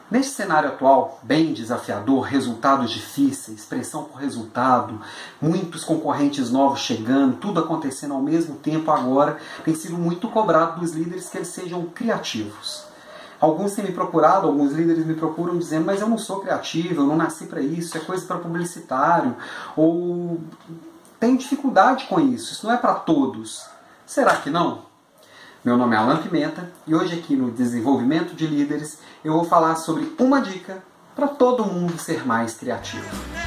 Neste cenário atual, bem desafiador, resultados difíceis, pressão por resultado, muitos concorrentes novos chegando, tudo acontecendo ao mesmo tempo agora, tem sido muito cobrado dos líderes que eles sejam criativos. Alguns têm me procurado, alguns líderes me procuram dizendo, mas eu não sou criativo, eu não nasci para isso, é coisa para publicitário, ou tenho dificuldade com isso não é para todos. Será que não? Meu nome é Alan Pimenta e hoje aqui no Desenvolvimento de Líderes eu vou falar sobre uma dica para todo mundo ser mais criativo.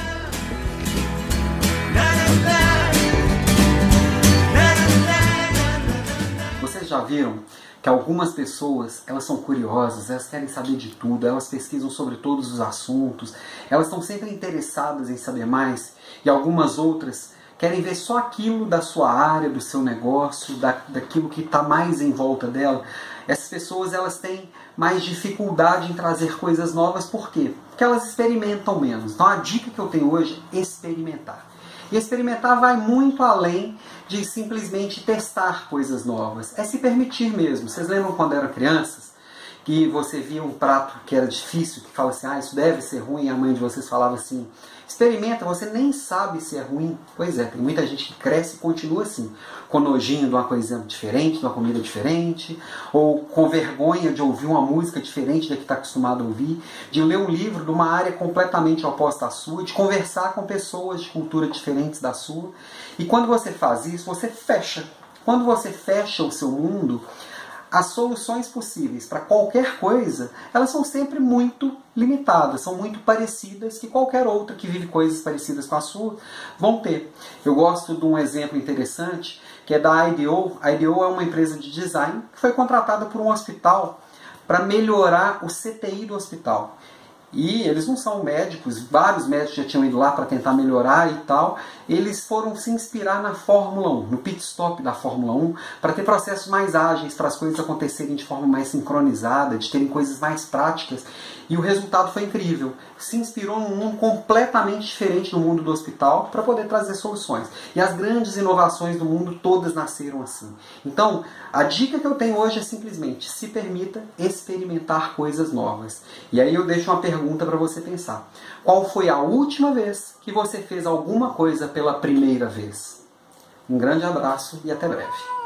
Vocês já viram que algumas pessoas, elas são curiosas, elas querem saber de tudo, elas pesquisam sobre todos os assuntos, elas estão sempre interessadas em saber mais, e algumas outras querem ver só aquilo da sua área, do seu negócio, daquilo que está mais em volta dela. Essas pessoas elas têm mais dificuldade em trazer coisas novas, por quê? Porque elas experimentam menos. Então a dica que eu tenho hoje é experimentar. E experimentar vai muito além de simplesmente testar coisas novas. É se permitir mesmo. Vocês lembram quando eram crianças? Que você via um prato que era difícil, que fala assim, isso deve ser ruim, e a mãe de vocês falava assim, experimenta, você nem sabe se é ruim. Pois é, tem muita gente que cresce e continua assim, com nojinho de uma coisa diferente, de uma comida diferente, ou com vergonha de ouvir uma música diferente da que está acostumado a ouvir, de ler um livro de uma área completamente oposta à sua, de conversar com pessoas de cultura diferentes da sua. E quando você faz isso, você fecha. Quando você fecha o seu mundo, as soluções possíveis para qualquer coisa, elas são sempre muito limitadas, são muito parecidas que qualquer outra que vive coisas parecidas com a sua vão ter. Eu gosto de um exemplo interessante, que é da IDEO. A IDEO é uma empresa de design que foi contratada por um hospital para melhorar o CTI do hospital. E eles não são médicos, vários médicos já tinham ido lá para tentar melhorar e tal. Eles foram se inspirar na Fórmula 1, no pit stop da Fórmula 1, para ter processos mais ágeis, para as coisas acontecerem de forma mais sincronizada, de terem coisas mais práticas. E o resultado foi incrível. Se inspirou num mundo completamente diferente do mundo do hospital para poder trazer soluções. E as grandes inovações do mundo todas nasceram assim. Então, a dica que eu tenho hoje é simplesmente se permita experimentar coisas novas. E aí eu deixo uma pergunta para você pensar. Qual foi a última vez que você fez alguma coisa pela primeira vez? Um grande abraço e até breve.